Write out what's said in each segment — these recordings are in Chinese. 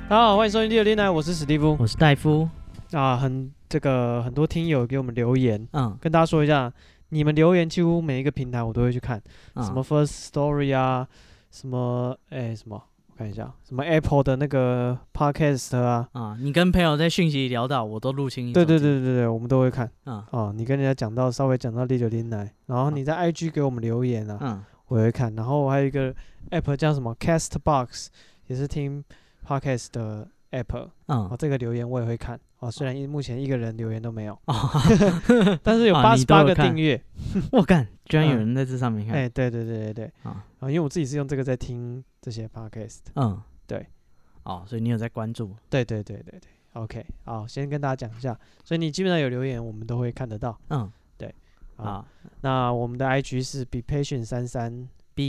大家好，欢迎收听第六电台，我是史蒂夫， 我是戴夫啊。很多听友给我们留言，跟大家说一下，你们留言几乎每一个平台我都会去看，什么 First Story 啊，什么我看一下，什么 Apple 的那个 Podcast 啊， 你跟朋友在讯息里聊到，我都录清。 对，我们都会看。你跟人家稍微讲到第六电台，然后你在 IG 给我们留言啊，我也会看。然后还有一个 App 叫什么 Castbox， 也是听 Podcast 的 App， 这个留言我也会看。虽然目前一个人留言都没有，但是有88个订阅。 我干，居然有人在这上面看。 对。因为我自己是用这个在听这些 Podcast。对。所以你有在关注？对。OK， 好，先跟大家讲一下，所以你基本上有留言，我们都会看得到。对。好，那我们的 IG 是 bepatient33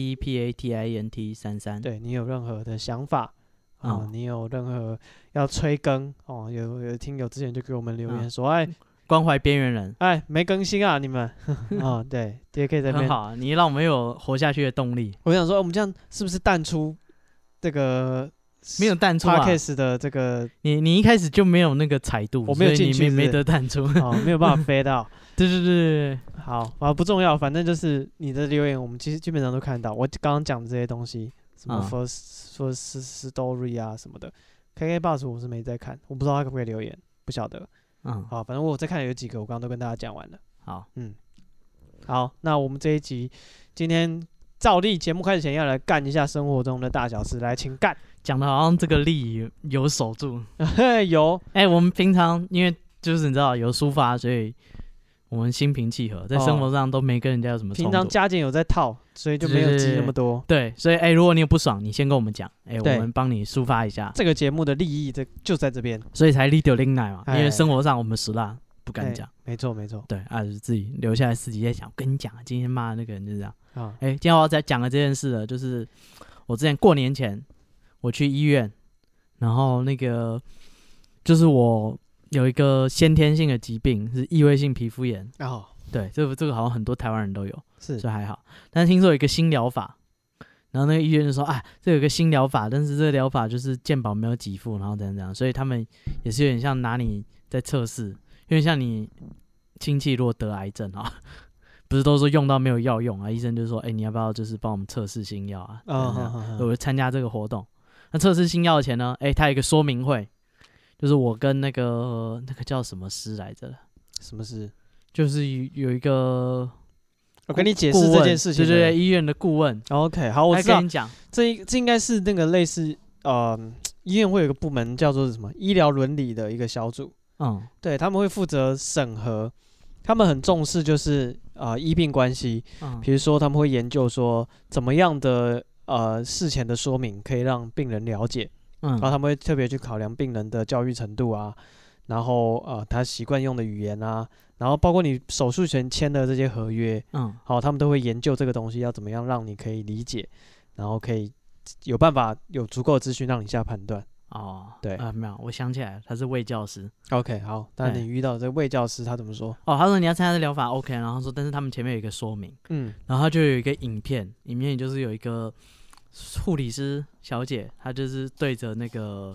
BEPATIENT33。 对，你有任何的想法？你有任何要催更有听友之前就给我们留言说， 关怀边缘人， 没更新啊，你们对，也可以在那边。 很好，你让我们有活下去的动力。 我想说，我们这样是不是淡出这个没有淡出 Podcast 的这个？ 你一开始就没有那个彩度， 我没有进去， 没得淡出， 没有办法飞到。 对， 好不重要，反正就是你的留言，我们其实基本上都看到。我刚刚讲的这些东西。什么 First Story 啊什么的 ，KKBOX 我是没在看，我不知道他可不可以留言，不晓得。反正我在看有几个，我刚刚都跟大家讲完了。好，那我们这一集今天照例节目开始前要来干一下生活中的大小事，来请干。 讲的好像这个力有守住， 有。 我们平常因为就是你知道有抒发，所以我们心平气和，在生活上都没跟人家有什么冲突。 平常加减有在套，所以就没有积那么多。 对，所以如果你有不爽，你先跟我们讲，我们帮你抒发一下。 这个节目的利益就在这边， 所以才利丢拎奶嘛。因为生活上我们死辣不敢讲。 没错。 对，就是自己留下来自己在想。我跟你讲，今天骂那个人就是这样。今天我要再讲的这件事了，就是我之前过年前我去医院，然后那个就是我有一个先天性的疾病，是异位性皮肤炎。对，这个好像很多台湾人都有，所以还好。但是听说有一个新疗法，然后那个医院就说，这有一个新疗法，但是这个疗法就是健保没有给付，然后怎样，所以他们也是有点像拿你在测试，有点像你亲戚如果得癌症不是都说用到没有药用啊，医生就说，你要不要就是帮我们测试新药啊？我就参加这个活动。那测试新药的前呢，他有一个说明会，就是我跟那个叫什么师来着？什么师？就是有一有我跟你解释这件事情，对，医院的顾问。OK， 好，我知道。跟你讲，这应该是那个类似医院会有一个部门叫做什么医疗伦理的一个小组。对，他们会负责审核，他们很重视就是医病关系。比如说他们会研究说怎么样的事前的说明可以让病人了解，然后他们会特别去考量病人的教育程度啊，然后他习惯用的语言啊。然后包括你手术前签的这些合约，他们都会研究这个东西要怎么样让你可以理解，然后可以有办法有足够的资讯让你下判断。对， 没有，我想起来了，他是卫教师。 OK， 好，但你遇到这个卫教师他怎么说？ 他说你要参加这疗法 OK， 然后他说但是他们前面有一个说明，然后他就有一个影片就是有一个护理师小姐，她就是对着那个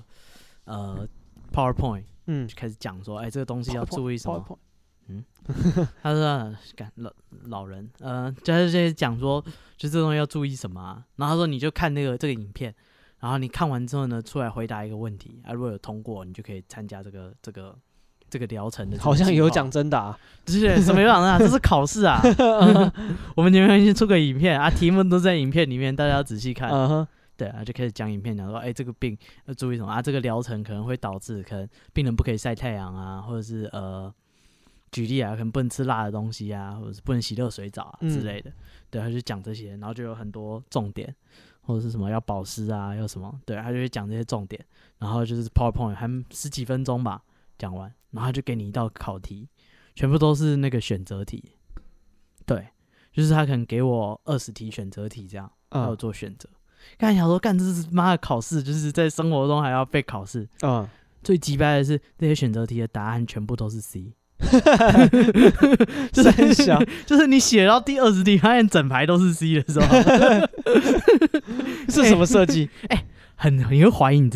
PowerPoint， 就开始讲说，这个东西要注意什么。他说老人，就是讲说，就这东西要注意什么啊？然后他说你就看这个影片，然后你看完之后呢，出来回答一个问题，如果有通过，你就可以参加这个疗程的。 好像有奖征答， 对，什么有奖征答？这是考试啊！我们前面已经出个影片题目都在影片里面，大家要仔细看。对就开始讲影片，讲说，这个病要注意什么这个疗程可能会导致，可能病人不可以晒太阳啊，或者是举例可能不能吃辣的东西啊，或者是不能洗热水澡之类的。对，他就讲这些，然后就有很多重点，或者是什么要保湿啊，要什么，对，他就会讲这些重点，然后就是 PowerPoint 还10几分钟吧，讲完，然后他就给你一道考题，全部都是那个选择题。对，就是他可能给我20题选择题这样，要我做选择。刚才想说，这是妈的考试，就是在生活中还要被考试。最鸡掰的是这些选择题的答案全部都是 C。就是你写到第20题，发现整排都是 C 的时候， 是什么设计？ 你会怀疑你自己，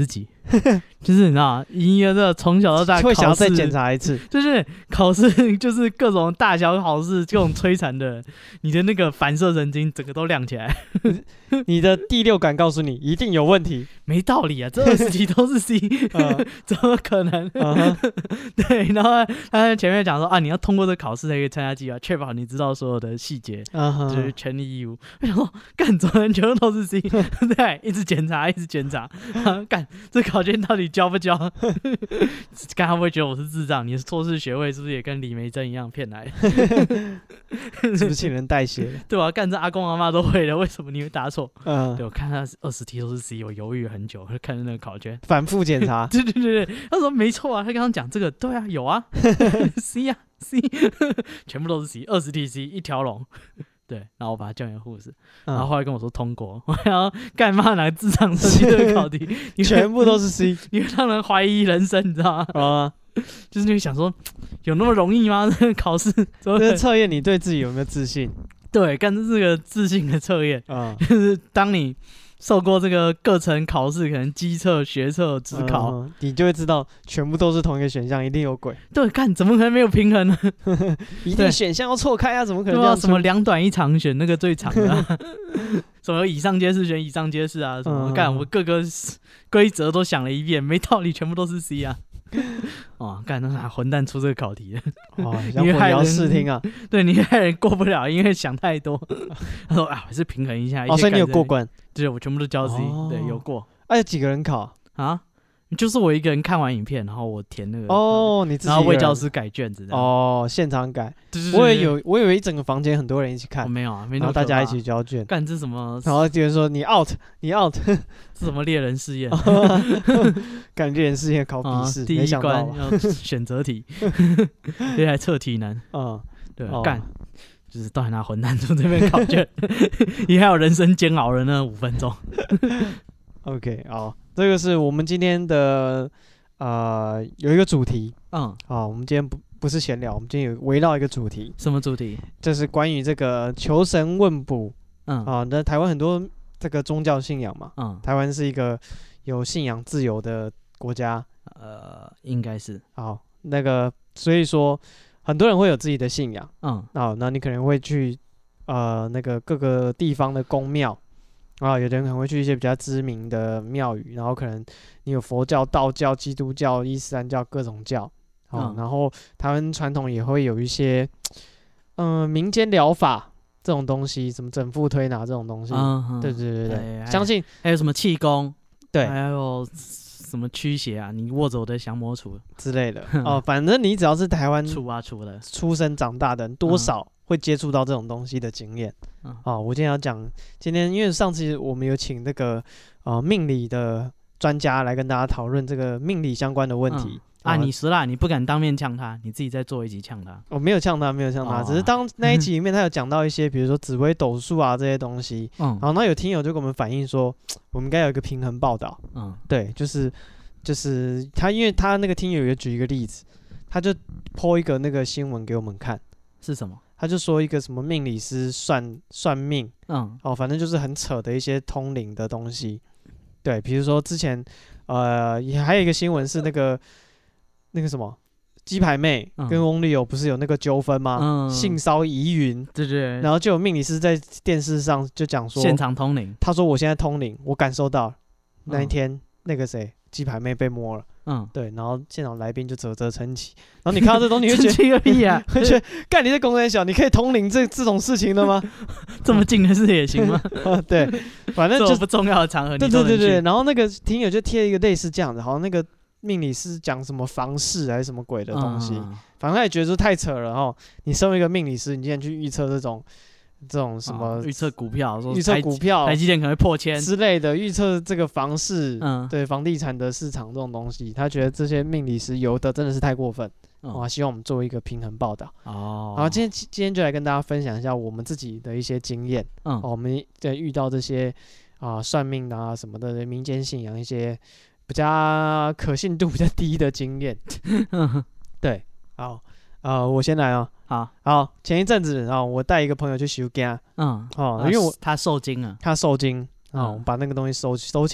就是你知道，音乐这从小到大会想要再检查一次， 就是考试就是各种大小考试这种摧残的，你的那个反射神经整个都亮起来， 你的第六感告诉你一定有问题， 没道理啊，这20题都是 C，怎么可能？对，然后他在前面讲说啊，你要通过这考试才可以参加计划，确保你知道所有的细节，就是权利义务。我想说，干，昨天全部都是 C， 对，一直检查，干，这考卷到底交不交？看他会不会觉得我是智障？你的硕士学位是不是也跟李梅珍一样骗来的？ 是不是请人代写？ 对啊，干，这阿公阿妈都会了，为什么你会答错？对，我看他20题都是 C， 我犹豫很久，看着那个考卷反复检查。 对，他说没错啊，他刚刚讲这个，对啊，有啊，C 啊 C， 全部都是 C， 20题 C 一条龙。对，然后我把他叫给护士，然后后来跟我说通过，我要干嘛哪个智障设计这个考题， 全部都是 C， 你会让人怀疑人生，你知道吗？就是你会想说，有那么容易吗？这个考试， 这是测验你对自己有没有自信。 对，干这是个自信的测验，就是当你受过这个各层考试，可能基测、学测、指考， 你就会知道全部都是同一个选项，一定有鬼。 对，看怎么可能没有平衡呢？ 一定选项要错开啊，怎么可能这样？ 什么2短1长选那个最长的、啊，什么以上皆是选以上皆是啊，什么干我各个规则都想了一遍，没道理，全部都是 C 啊。干那混蛋出这个考题了， 你害人视听啊！ 对，你害人过不了，因为想太多。他说啊，还是平衡一下。 所以你有过关？ 对，我全部都交 C，对，有过。 有几个人考啊？就是我一个人看完影片，然后我填那个你自己然后为教师改卷子现场改。我以为一整个房间很多人一起看， 没有啊，没那么然后大家一起交卷。 干这什么？ 然后有人说你 out， 这什么猎人试验？ 干猎人试验考笔试， 第一关要选择题，这还测题难。对，干。就是到底拿混蛋出这边考卷，也还有人生煎熬了那5分钟。 OK， 这个是我们今天的有一个主题，我们今天不是闲聊，我们今天有围绕一个主题。 什么主题？ 就是关于这个求神问卜。那台湾很多这个宗教信仰嘛，台湾是一个有信仰自由的国家， 应该是。 那个所以说很多人会有自己的信仰，那你可能会去那个各个地方的宫庙。有的人可能会去一些比较知名的庙宇，然后可能你有佛教、道教、基督教、伊斯兰教各种教，然后台湾传统也会有一些民间疗法这种东西，什么整复推拿这种东西，对，相信还有什么气功， 对， 还有什么驱邪啊，你握着我的降魔杵之类的反正你只要是台湾出生长大的人，多少会接触到这种东西的经验。我今天要讲，因为上次我们有请那个命理的专家来跟大家讨论这个命理相关的问题。 你实啦，你不敢当面呛他，你自己再做一集呛他。 我没有呛他，只是当那一集里面他有讲到一些，比如说紫微斗数啊这些东西。然后有听友就跟我们反映说，我们应该有一个平衡报道。对，就是他，因为他那个听友也举一个例子，他就 po 一个那个新闻给我们看， 是什么？ 他就说一个什么命理师算命，反正就是很扯的一些通灵的东西。对，比如说之前也还有一个新闻是那个什么鸡排妹跟翁立友不是有那个纠纷吗？性骚疑云， 对， 然后就有命理师在电视上就讲说现场通灵， 他说我现在通灵，我感受到那一天那个谁鸡排妹被摸了。对，然后现场来宾就啧啧称奇，然后你看到这东西，你会觉得屁啊， 会觉得干你在公园小，你可以通灵这种事情的吗？ 这么近的事也行吗？ 对，反正就不重要的场合， 对，然后那个听友就贴一个类似这样的，好像那个命理师讲什么房事还是什么鬼的东西，反正他也觉得说太扯了你身为一个命理师，你竟然去预测这种什么预测股票，说台积电可能会破千之类的，预测这个房市，对房地产的市场这种东西，他觉得这些命理师有的真的是太过分。希望我们做一个平衡报道。好，今天就来跟大家分享一下我们自己的一些经验。我们在遇到这些算命啊什么的民间信仰一些比较可信度比较低的经验。对，好，我先来啊。好，前一阵子我带一个朋友去收惊，因为他受惊了， 我们把那个东西收起来，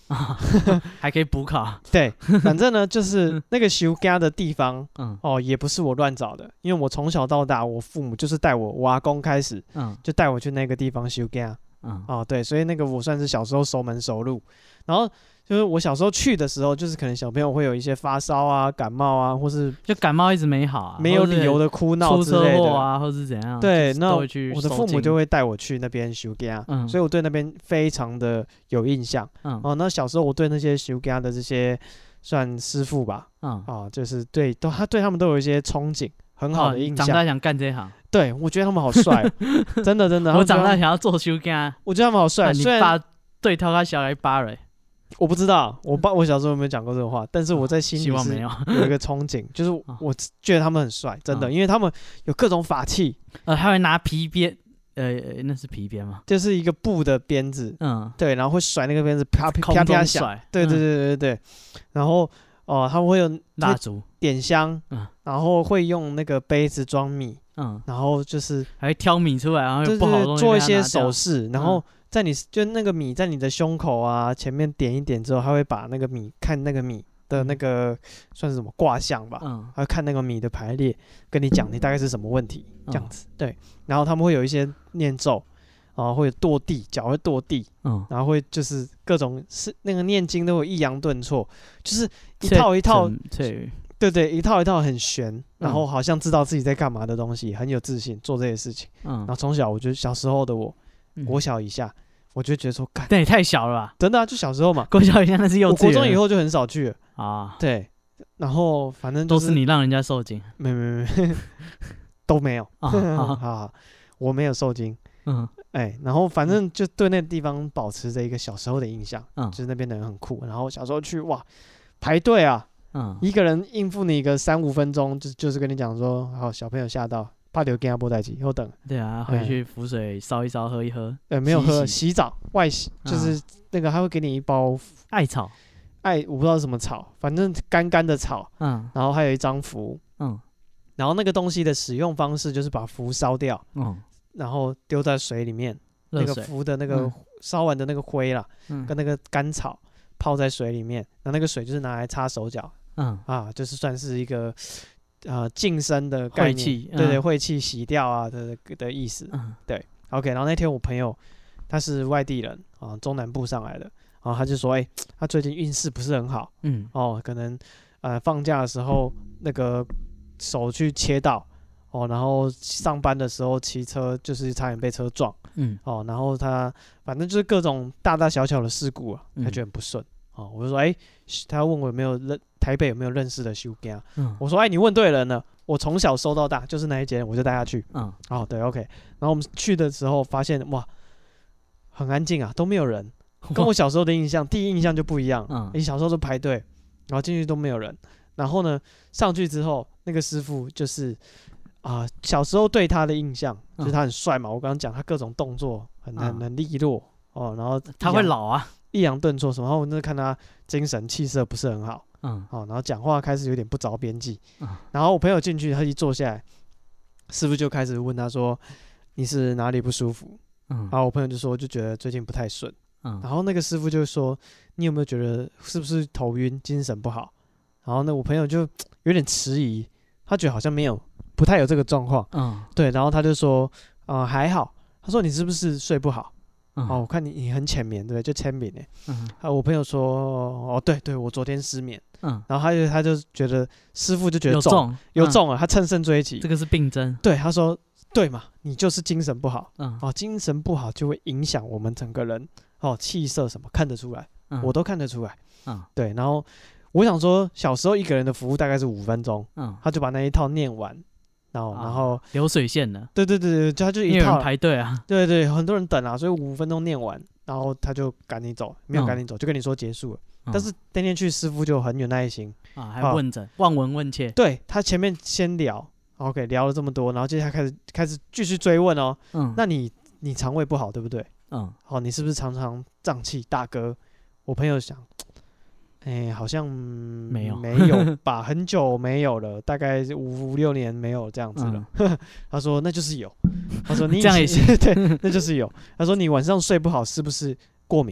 还可以补考。 对，反正呢就是那个修家的地方，也不是我乱找的，因为我从小到大，我父母就是带我阿公开始，就带我去那个地方修家。对，所以那个我算是小时候熟门熟路。然后就是我小时候去的时候，就是可能小朋友会有一些发烧啊、感冒啊，或是就感冒一直没好啊， 没有理由的哭闹之类的啊，或是怎样。 对，那我的父母就会带我去那边修家，所以我对那边非常的有印象。那小时候我对那些修家的这些算师傅吧，就是他对他们都有一些憧憬。很好的印象。 长大想干这行， 对，我觉得他们好帅，真的真的。 我长大想要做修家， 我觉得他们好帅。 你爸对头他小孩巴嘞？ 我不知道，我小时候有没有讲过这个话，但是我在心里是有一个憧憬，就是我觉得他们很帅，真的，因为他们有各种法器， 他会拿皮鞭，那是皮鞭吗？ 就是一个布的鞭子，对，然后会甩那个鞭子，啪啪啪啪响，对对对对对，然后他们会有蜡烛、 点香，然后会用那个杯子装米，然后就是还会挑米出来，然后有不好的东西做一些手势，然后在你就那个米在你的胸口啊前面点一点之后，他会把那个米看那个米的那个算是什么卦象吧，他会看那个米的排列，跟你讲你大概是什么问题这样子，对，然后他们会有一些念咒。会有跺地，脚会跺地，然后会就是各种是那个念经都有抑扬顿挫，就是一套一套，对对，一套一套很玄，然后好像知道自己在干嘛的东西，很有自信做这些事情。然后从小我觉得小时候的国小以下，我就觉得说，干， 那也太小了吧？ 真的啊，就小时候嘛， 国小以下那是幼稚园， 我国中以后就很少去了啊。 对，然后反正都是你让人家受精， 没都没有啊，我没有受精。然后反正就对那个地方保持着一个小时候的印象，就是那边的人很酷。然后小时候去哇，排队啊，一个人应付你个3-5分钟，就是跟你讲说，好，小朋友吓到，怕留跟他波在一起，以后等。 对啊，回去浮水烧一烧，喝一喝。 没有喝，洗澡外洗，就是那个他会给你一包艾草， 我不知道是什么草，反正干干的草，然后还有一张符，然后那个东西的使用方式就是把符烧掉，然后丢在水里面，那个符的那个烧完的那个灰啦，跟那个干草泡在水里面，那个水就是拿来擦手脚，就是算是一个净身的概念，对对，晦气洗掉啊的意思，对 ，OK。然后那天我朋友他是外地人中南部上来的，然后他就说，他最近运势不是很好，可能放假的时候那个手去切到。然后上班的时候骑车就是差点被车撞，然后他反正就是各种大大小小的事故啊，他觉得很不顺，我就说，他问我有没有台北有没有认识的修家，我说，你问对人了，我从小收到大，就是那一间，我就带他去，对 ，OK， 然后我们去的时候发现，哇，很安静啊，都没有人，跟我小时候的印象，第一印象就不一样，你小时候都排队，然后进去都没有人，然后呢，上去之后，那个师傅就是。小时候对他的印象就是他很帅嘛，我刚刚讲他各种动作很利落然后他会老啊， 抑扬顿挫什么，然后我那看他精神气色不是很好，然后讲话开始有点不着边际，然后我朋友进去，他一坐下来，师傅就开始问他说你是哪里不舒服，然后我朋友就说就觉得最近不太顺，然后那个师傅就说你有没有觉得是不是头晕精神不好，然后呢我朋友就有点迟疑，他觉得好像没有。不太有这个状况，对，然后他就说，还好。他说你是不是睡不好？我看你很浅眠，对不对？就浅眠我朋友说，对对，我昨天失眠。然后他就觉得师傅就觉得有中了，他乘胜追击。 这个是病症。 对，他说对嘛，你就是精神不好。精神不好就会影响我们整个人气色什么看得出来，我都看得出来。对，然后我想说，小时候一个人的服务大概是5分钟，他就把那一套念完。然后流水线了， 对对对对，他就一套排队啊， 对对，很多人等啊，所以5分钟念完，然后他就赶你走，没有赶你走，就跟你说结束了。但是那天去师傅就很有耐心还问诊，望闻问切。 对，他前面先聊 ，OK， 聊了这么多，然后接下来开始继续追问哦。那你肠胃不好对不对？你是不是常常胀气？大哥，我朋友想。好像没有吧，很久没有了，大概5-6年没有这样子了。他说那就是有，他说你这样也行， 对，那就是有。他说你晚上睡不好是不是过敏？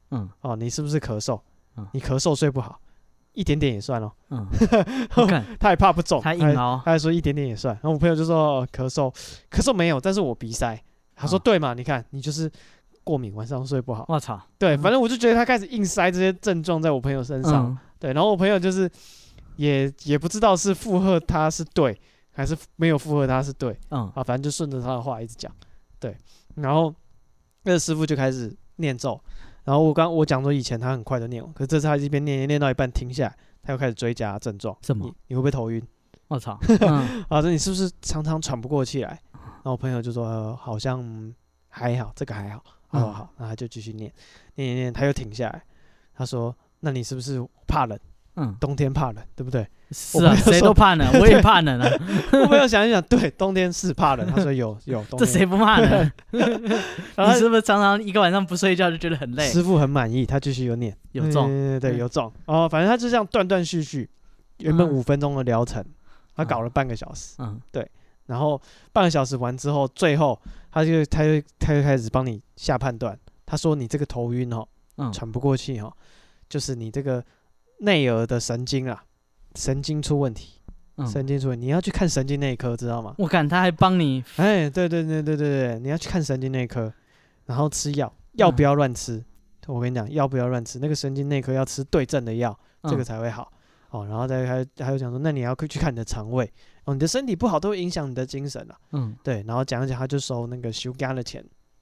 你是不是咳嗽？你咳嗽睡不好，一点点也算哦。他也怕不中， 他硬凹， 他还说一点点也算。然后我朋友就说咳嗽没有，但是我鼻塞。他说对嘛，你看你就是过敏，晚上睡不好。 我操！ 对，反正我就觉得他开始硬塞这些症状在我朋友身上。对，然后我朋友就是也不知道是附和他是对，还是没有附和他是对。反正就顺着他的话一直讲。对，然后那个师傅就开始念咒。然后我讲说以前他很快就念完，可是这次他一边念到一半停下来，他又开始追加症状。 什么？ 你会不会头晕？ 我操！ 说你是不是常常喘不过气来？然后我朋友就说好像还好，这个还好。好，那他就继续念，他又停下来。他说：“那你是不是怕冷？冬天怕冷，对不对？” 是啊，谁都怕冷，我也怕冷啊。 我朋友想一想，对，冬天是怕冷。他说有， 这谁不怕冷？你是不是常常一个晚上不睡觉就觉得很累？ 师傅很满意，他继续又念， 有中， 对，有中。反正他就这样断断续续，原本5分钟的疗程，他搞了半个小时。对。然后半个小时完之后，最后他就开始帮你下判断。他说你这个头晕喘不过气就是你这个内耳的神经出问题，你要去看神经内科，知道吗？ 我看他还帮你， 对，你要去看神经内科，然后吃药，要不要乱吃？我跟你讲，要不要乱吃？那个神经内科要吃对症的药，这个才会好。然后再还有讲说，那你要去看你的肠胃，你的身体不好都会影响你的精神啊。对，然后讲一讲，他就收那个修肝的钱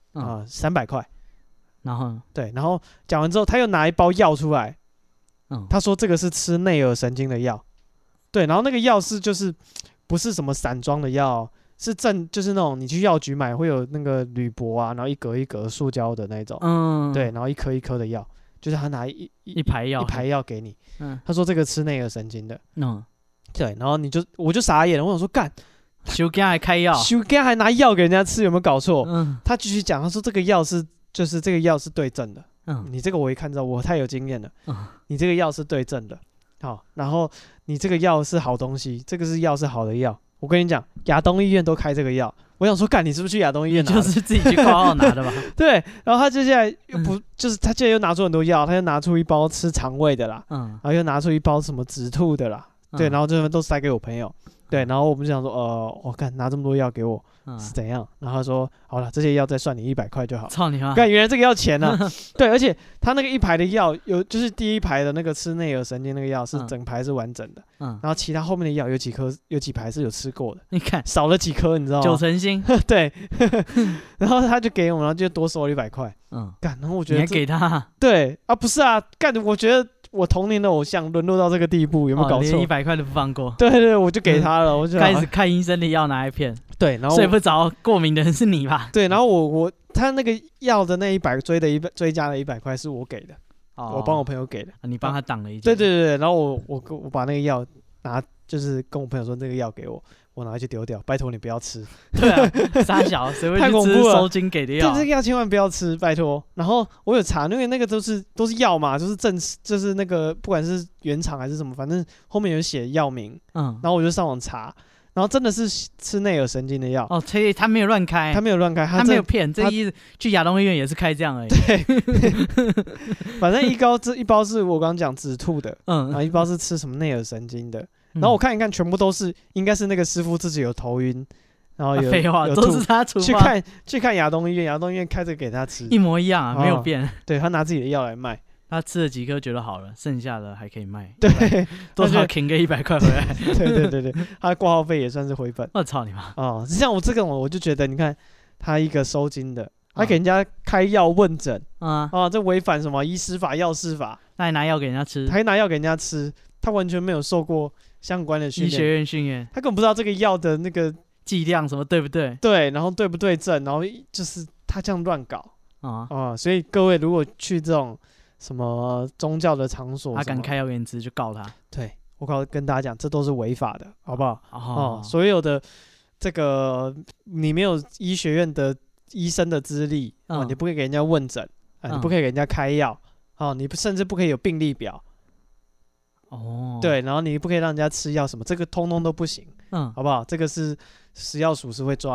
，300块。 然后对，然后讲完之后，他又拿一包药出来，他说这个是吃内耳神经的药。对，然后那个药就是不是什么散装的药，是就是那种你去药局买会有那个铝箔啊，然后一格一格塑胶的那种。对，然后一颗一颗的药。就是他拿一排药给你，他说这个吃内耳神经的，对，然后我就傻眼了，我想说干， 修肝还开药， 修肝还拿药给人家吃，有没有搞错？他继续讲，他说这个药是对症的，你这个我一看知道我太有经验了，你这个药是对症的，好，然后你这个药是好东西，这个药是好的药，我跟你讲，亚东医院都开这个药。我想说，干，你是不是去亚东医院拿的？ 就是自己去挂号拿的吧？ 对，然后他接下来就是他接下来又拿出很多药，他又拿出一包吃肠胃的啦，然后又拿出一包什么止吐的啦，对，然后这都塞给我朋友，对，然后我们就想说，我干拿这么多药给我是怎样？然后他说，好了，这些药再算你100块就好。 操你妈！ 干，原来这个要钱啊！对，而且他那个一排的药就是第一排的那个吃内耳神经那个药是整排是完整的，然后其他后面的药有几排是有吃过的， 你看少了几颗，你知道吗？ 9成新。 对，然后他就给我们，然后就多收了100块。干，然后我觉得你还给他？ 对啊，不是啊，干，我觉得我童年的偶像沦落到这个地步，有没有搞错？ 连100块都不放过。 对，我就给他了，我就开始看医生的药拿来骗。 对，然后睡不着，过敏的人是你吧？ 对，然后他那个药的那追加的100块是我给的，我帮我朋友给的， 你帮他挡了一箭。 对，然后我把那个药就是跟我朋友说这个药给我，我拿去丢掉，拜托你不要吃。 对啊，傻小，谁会去吃收金给的药？ 这个药千万不要吃，拜托。然后我有查，因为那个都是药嘛，就是那个不管是原厂还是什么，反正后面有写药名，然后我就上网查。然后真的是吃内耳神经的药所以他没有乱开，他没有骗，这意思去亚东医院也是开这样而已。 对，反正一包是我刚刚讲止吐的，然后一包是吃什么内耳神经的，然后我看一看，全部都是应该是那个师傅自己有头晕，然后废话都是他处方。去看亚东医院，亚东医院开这个给他吃， 一模一样啊，没有变。 对，他拿自己的药来卖。 他吃了几颗觉得好了，剩下的还可以卖。 对， 多少停个100块回来。 对，他的挂号费也算是回本。 我操你妈！ 像我这个我就觉得，你看他一个收金的，他给人家开药问诊这违反什么医师法、药师法？ 他还拿药给人家吃， 他完全没有受过相关的训练， 医学院训练， 他根本不知道这个药的那个剂量什么对不对？ 对，然后对不对症，然后就是他这样乱搞所以各位如果去这种什么宗教的场所， 他敢开药给你吃就告他。 对，我跟大家讲，这都是违法的，好不好？所有的这个你没有医学院的医生的资历你不可以给人家问诊你不可以给人家开药你甚至不可以有病历表对，然后你不可以让人家吃药什么，这个通通都不行好不好？这个是食药署是会抓的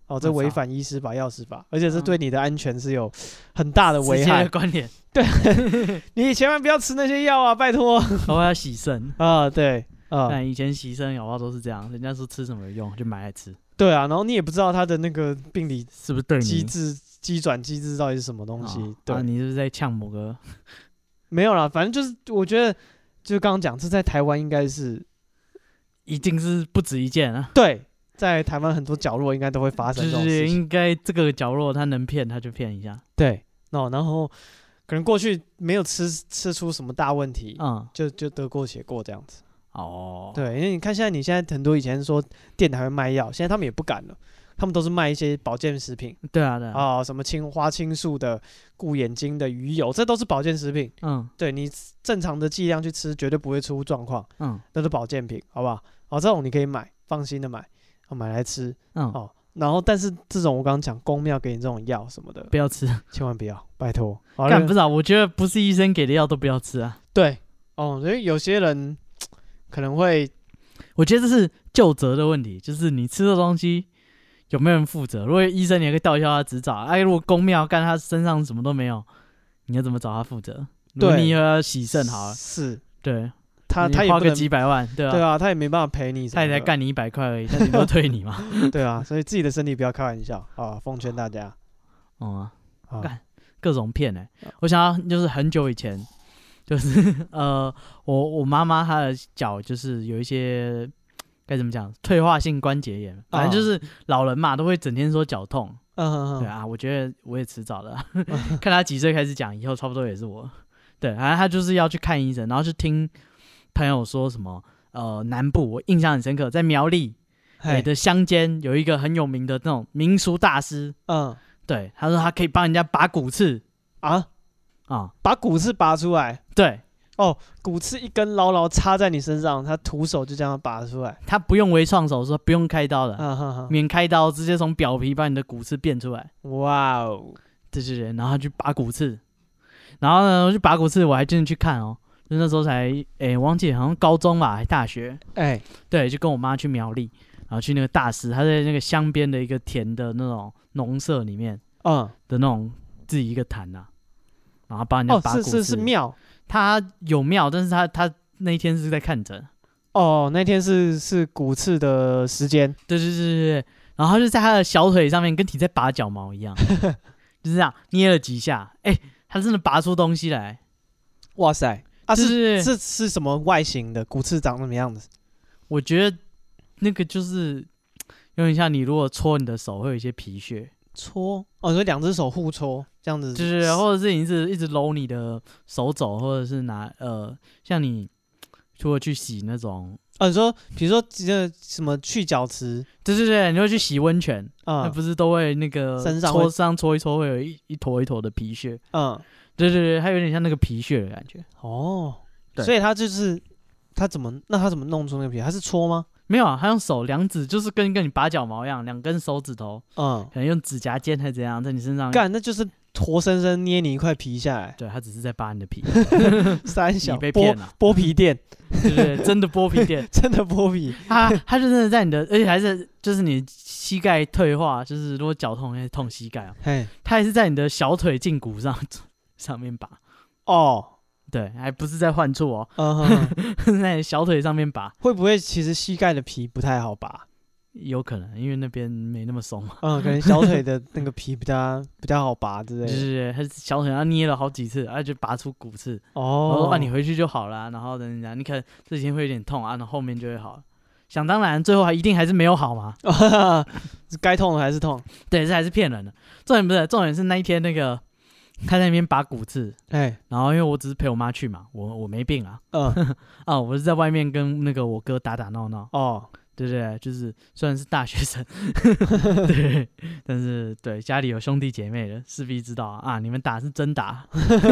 哦，这违反医师法、药师法，而且这对你的安全是有很大的危害。 直接的关联， 对，你千万不要吃那些药啊，拜托。 我要洗肾啊，对啊， 但以前洗肾有话都是这样，人家说吃什么有用就买来吃。 对啊，然后你也不知道他的那个病理是不是对你机转机制到底是什么东西？对， 你是不是在呛某个？ 没有啦，反正就是我觉得，就是刚刚讲，这在台湾应该是已经是不止一件了。 对，在台湾很多角落应该都会发生这种事情。 就是应该这个角落他能骗他就骗一下。 对，然后可能过去没有吃出什么大问题，就得过且过这样子。哦，对，因为你看现在很多以前说店还会卖药，现在他们也不敢了，他们都是卖一些保健食品。 对啊，对啊。 什么花青素的、顾眼睛的鱼油，这都是保健食品。对你正常的剂量去吃，绝对不会出状况。都是保健品，好不好？这种你可以买，放心的买，买来吃。然后但是这种我刚刚讲公庙给你这种药什么的， 不要吃， 千万不要，拜托。 干不是啊，我觉得不是医生给的药都不要吃啊。 对，所以有些人可能会， 我觉得这是究责的问题，就是你吃的东西有没有人负责？如果医生你也可以吊销他执照，如果公庙干他身上什么都没有，你要怎么找他负责？如果你以后要洗肾好了， 是， 对， 他也花个几百万，对啊， 对啊，他也没办法赔你， 他也才干你100块而已，他顶多退你嘛。 对啊，所以自己的身体不要开玩笑啊，奉劝大家。 干各种骗我想要就是很久以前。就是我妈妈她的脚就是有一些该怎么讲退化性关节炎，反正就是老人嘛都会整天说脚痛。对啊，我觉得我也迟早了，看她几岁开始讲，以后差不多也是我。对，反正她就是要去看医生，然后去听朋友说什么南部我印象很深刻，在苗栗的乡间有一个很有名的那种民俗大师。对，他说他可以帮人家拔骨刺把骨刺拔出来。 对， 骨刺一根牢牢插在你身上，他徒手就这样拔出来。 他不用微创手术，不用开刀的，免开刀，直接从表皮把你的骨刺变出来。哇哦，对，然后他去拔骨刺，然后呢，我去拔骨刺，我还真的去看就那时候才我忘记好像高中吧，还大学。对，就跟我妈去苗栗，然后去那个大师，他在那个乡边的一个田的那种农舍里面，的那种自己一个坛然后帮人家拔骨刺。是庙，他有庙，但是他那一天是在看诊。 那天是骨刺的时间。 对，然后他就在他的小腿上面跟你在拔脚毛一样，就是这样捏了几下，他真的拔出东西来。 哇塞！是什么外形的骨刺长什么样子？ 我觉得那个就是有点像你如果戳你的手会有一些皮屑。 搓你说2只手互搓这样子， 就是或者是你一直揉你的手肘，或者是拿像你如果去洗那种你说比如说什么去角质， 对，你会去洗温泉，那不是都会那个身上搓一搓会有一坨一坨的皮屑，对，它有点像那个皮屑的感觉。 所以他就是他怎么弄出那个皮？他是搓吗？ 没有啊，他用手2指，就是跟你拔脚毛一样，2根手指头，可能用指甲尖还是怎样，在你身上干，那就是活生生捏你一块皮下来。 对，他只是在扒你的皮。 三小， 你被骗了， 剥皮店， 对，真的剥皮店， 真的剥皮。 他就真的在你的，而且还是就是你膝盖退化，就是如果脚痛还是痛膝盖他还是在你的小腿胫骨上面拔。对，还不是在患处在小腿上面拔。会不会其实膝盖的皮不太好拔？有可能，因为那边没那么松嘛。可能小腿的那个皮比较好拔之类的。对，他小腿上捏了好几次，就拔出骨刺。我说你回去就好了，然后等一下，你可能这几天会有点痛然后后面就会好。想当然，最后一定还是没有好嘛。该痛的还是痛。对，这还是骗人的。重点是那一天那个。他在那边拔骨刺，然后因为我只是陪我妈去嘛，我没病啊，我是在外面跟那个我哥打闹闹，对，就是虽然是大学生，对，但是对家里有兄弟姐妹的，势必知道你们打是真打，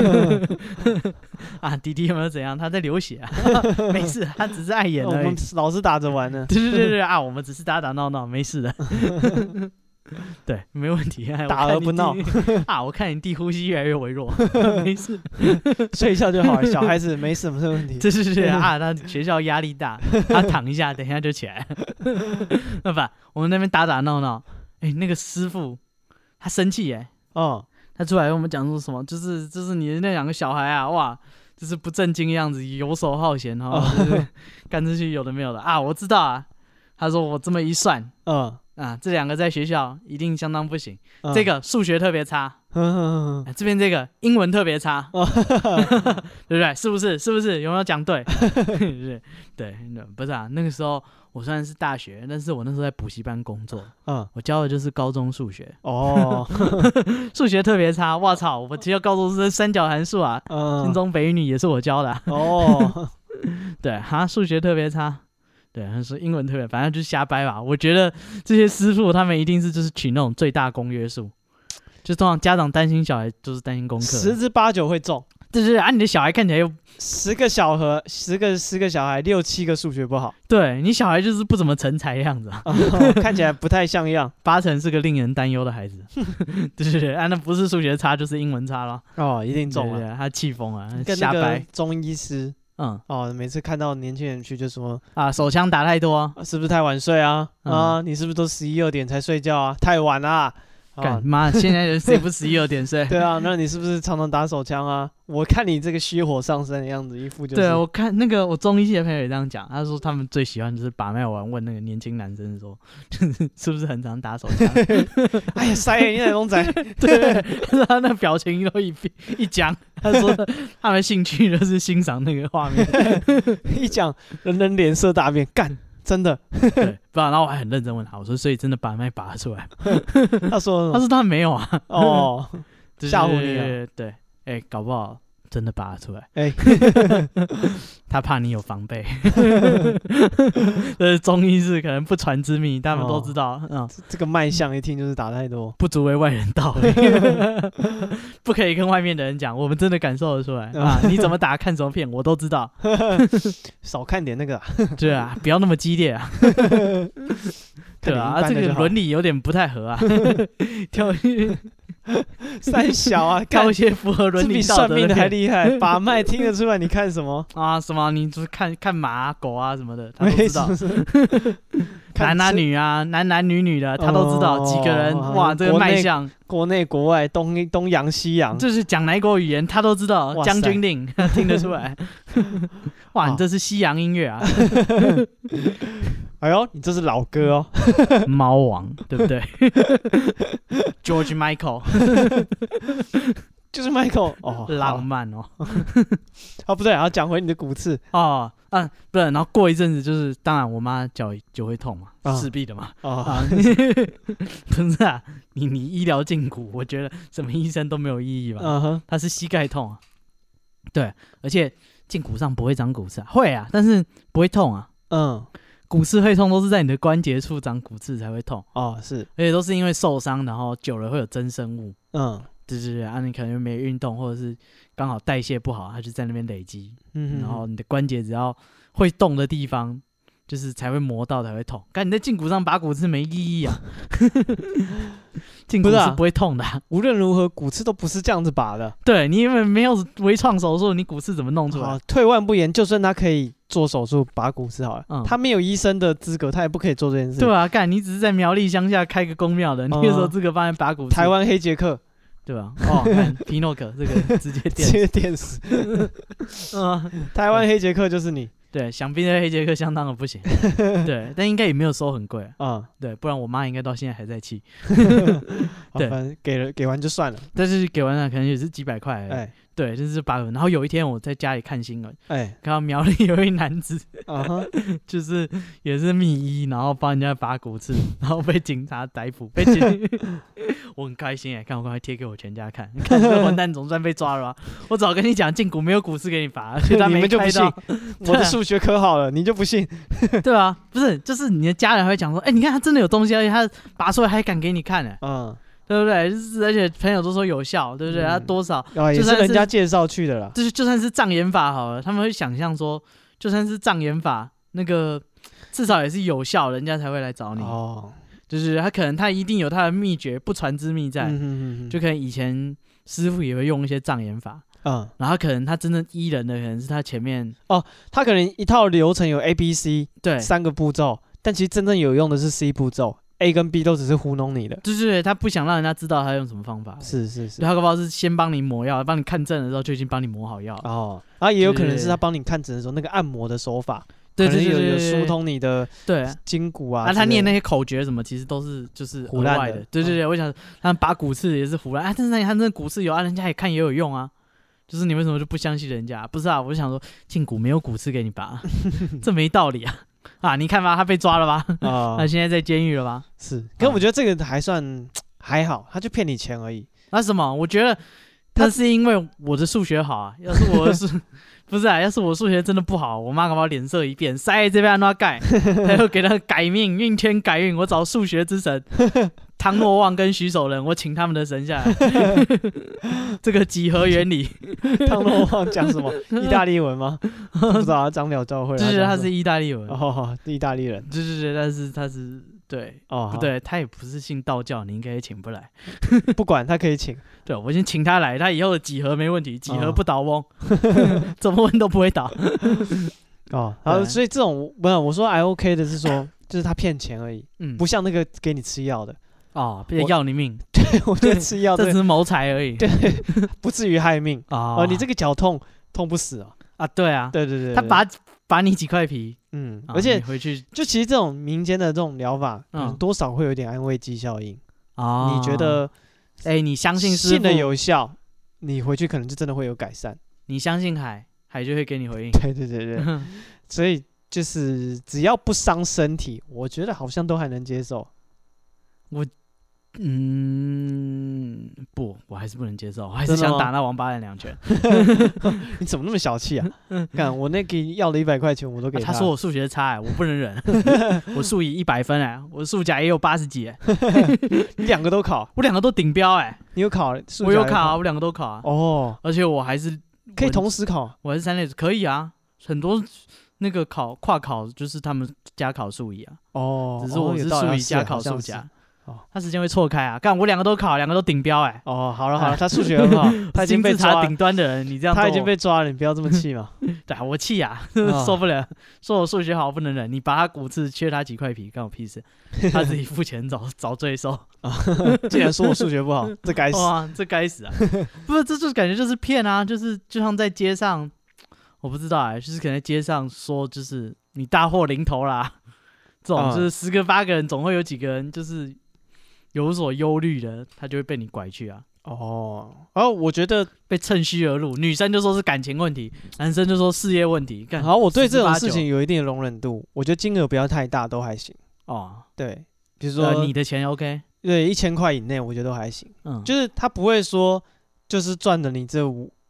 弟弟有没有怎样？他在流血没事，他只是碍眼而已，我们老是打着玩呢，对，我们只是打闹闹，没事的。对，没问题，打而不闹我看你弟呼吸越来越微弱，没事，睡一觉就好了。小孩子没什么问题。是他学校压力大，他躺一下，等一下就起来了。那我们那边打闹闹， 那个师傅他生气他出来跟我们讲说什么，就是你的那2个小孩啊，哇，就是不正经的样子，游手好闲就是干这些有的没有的啊，我知道啊。他说我这么一算，这2个在学校一定相当不行，这个数学特别差，这边这个英文特别差，对不对？是不是？有没有讲对？对，不是啊，那个时候我虽然是大学，但是我那时候在补习班工作，我教的就是高中数学，数学特别差，我操！我教高中生三角函数啊，新中北一女也是我教的，对，数学特别差。对，他说英文特别，反正就是瞎掰吧。我觉得这些师傅他们一定是就是取那种最大公约数，就通常家长担心小孩就是担心功课 ，10之8九会中。 对啊，你的小孩看起来又 10个小孩6、7个数学不好， 对你小孩就是不怎么成才的样子看起来不太像样 ，8成是个令人担忧的孩子。对，那不是数学差就是英文差了。 一定中了， 对，他气疯了， 瞎掰。 跟那个中医师。每次看到年轻人去就说手枪打太多， 是不是太晚睡啊？你是不是都11、2点才睡觉啊？太晚啦！ 干妈，现在人谁不11、2点睡？ 对啊，那你是不是常常打手枪啊？我看你这个虚火上身的样子，一副就是。 对，我看那个我中医系的朋友也这样讲，他说他们最喜欢就是把脉完问那个年轻男生说，是不是很常打手枪？ 哎呀，塞你那龙仔， 对，他那表情都一讲，他说他们兴趣就是欣赏那个画面， 一讲人脸色大变，干。真的， 对，不然，然后我还很认真问他，我说，所以真的把脉拔出来？ 他说他没有啊， 吓唬你啊， 对，搞不好真的拔出来，他怕你有防备，这是中医是可能不传之秘，他们都知道， 这个脉象一听就是打太多， 不足为外人道，不可以跟外面的人讲，我们真的感受得出来啊！你怎么打，看什么片，我都知道， 少看点那个， 对啊，不要那么激烈啊。对啊，这个伦理有点不太合啊，挑三小啊， 挑一些符合伦理道德的， 比算命的还厉害，把脉听得出来，你看什么啊？什么？你就是看马啊、狗啊什么的，他都知道。男啊、女啊、男女的，他都知道。几个人哇，这个脉象， 国内国外，东洋西洋， 就是讲哪国语言，他都知道。将军令听得出来。哇，你这是西洋音乐啊！ 哎呦，你这是老歌哦， 猫王对不对？George Michael， 就是 Michael 浪漫哦。 不对，然后讲回你的骨刺不是，然后过一阵子就是，当然我妈脚就会痛嘛，势必的嘛。不是啊，你医疗胫骨，我觉得什么医生都没有意义吧。他是膝盖痛啊，对，而且胫骨上不会长骨刺会啊，但是不会痛啊。骨刺会痛都是在你的关节处长骨刺才会痛是， 而且都是因为受伤，然后久了会有增生物。对啊，你可能没运动，或者是刚好代谢不好，它就在那边累积。然后你的关节只要会动的地方，就是才会磨到才会痛。但你在胫骨上拔骨刺没意义啊，胫骨是不会痛的无论如何，骨刺都不是这样子拔的。 对，你因为没有微创手术，你骨刺怎么弄出来？ 退万步言，就算他可以做手术拔骨刺好了，他没有医生的资格，他也不可以做这件事。 对啊，干你只是在苗栗乡下开个公庙的，你有什么资格帮人拔骨刺？ 台湾黑杰克。 对吧？看皮诺可这个直接电死。 台湾黑杰克就是你。 对，想必那黑杰克相当的不行。对，但应该也没有收很贵对，不然我妈应该到现在还在气。 对，反正给完就算了。 但是给完了可能也是几百块。对，就是拔骨。然后有一天我在家里看新闻，看到苗栗有一男子，就是也是密医，然后帮人家拔骨刺，然后被警察逮捕，我很开心看我赶快贴给我全家看，看这个混蛋总算被抓了吧。我早跟你讲，胫骨没有骨刺给你拔，所以他没就不信。我的数学可好了，你就不信？ 对啊，不是，就是你的家人会讲说，你看他真的有东西，而且他拔出来还敢给你看对不对？就是而且朋友都说有效，对不对？他多少也是人家介绍去的啦。 就算是障眼法好了，他们会想象说，就算是障眼法，那个至少也是有效，人家才会来找你。就是他一定有他的秘诀，不传之秘在。就可能以前师傅也会用一些障眼法。然后可能他真正医人的，可能是他前面他可能一套流程有 A、B、C 对 3个步骤，但其实真正有用的是 C 步骤。 A 跟 B 都只是糊弄你的， 对，他不想让人家知道他用什么方法， 是， 他搞不好是先帮你抹药，帮你看诊的时候就已经帮你抹好药了。 哦，然后也有可能是他帮你看诊的时候那个按摩的手法，对，有疏通你的筋骨啊。 他念那些口诀什么，其实都是就是胡乱的。 对，我想他拔骨刺也是胡乱啊，但是他那骨刺有啊，人家也看也有用啊。就是你为什么就不相信人家？不是啊，我就想说胫骨没有骨刺给你拔，这没道理啊。啊，你看吧，他被抓了吧？他现在在监狱了吧？ 是，可我觉得这个还好，他就骗你钱而已。 那什么？我觉得他是因为我的数学好啊。要是我不是啊？要是我数学真的不好，我妈搞不好脸色一变，塞这边按他盖，他又给他改命，运天改运。我找数学之神汤若望跟徐守仁，我请他们的神下来。这个几何原理， 汤若望讲什么？意大利文吗？不知道他长鸟教会， 就是他是意大利文哦，意大利人。 对，但是他是对哦，不对，他也不是信道教，你应该也请不来。 不管他可以请， 对我先请他来，他以后的几何没问题，几何不倒翁，怎么问都不会倒。 哦，然后所以这种不是我说还 OK 的是说，就是他骗钱而已，不像那个给你吃药的。 哦，要你命！ 对，我觉得吃药这只是谋财而已， 对，不至于害命啊。你这个脚痛不死啊？对啊， 对， 他拔你几块皮， 而且回去就其实这种民间的这种疗法，多少会有点安慰剂效应啊。你觉得， 你相信师父信的有效，你回去可能就真的会有改善。 你相信海就会给你回应。 对，所以就是只要不伤身体，我觉得好像都还能接受。 我还是不能接受，我还是想打那王八蛋2拳。 你怎么那么小气啊？看我那个要的100块钱我都给他。 他说我数学差，我不能忍。我数乙100分我数甲也有80几。 你2个都考？ 我2个都顶标你有考？ 我有考啊，我2个都考啊。 哦， 而且我还是可以同时考， 我还是3类组可以啊，很多那个跨考就是他们加考数乙啊。哦，只是我是数乙加考数甲。他时间会错开啊！干我2个都考，2个都顶标哦，好了，他数学很好，他已经被抓顶端的人，你这样他已经被抓了，你不要这么气嘛。 对啊，我气啊，受不了，说我数学好不能忍，你拔他骨刺，缺他几块皮，干我屁事？他自己付钱找罪受。 竟然说我数学不好，这该死！ 哇，这该死啊！不是，这就感觉就是骗啊，就像在街上，我不知道就是可能在街上说，就是你大祸临头啦，这种就是10个8个人，总会有几个人就是有所忧虑的，他就会被你拐去啊。 然后我觉得被趁虚而入，女生就说是感情问题，男生就说事业问题。 然后我对这种事情有一定的容忍度，我觉得金额不要太大都还行。对，比如说你的钱 OK， 对，1000块以内我觉得都还行。就是他不会说就是赚了你这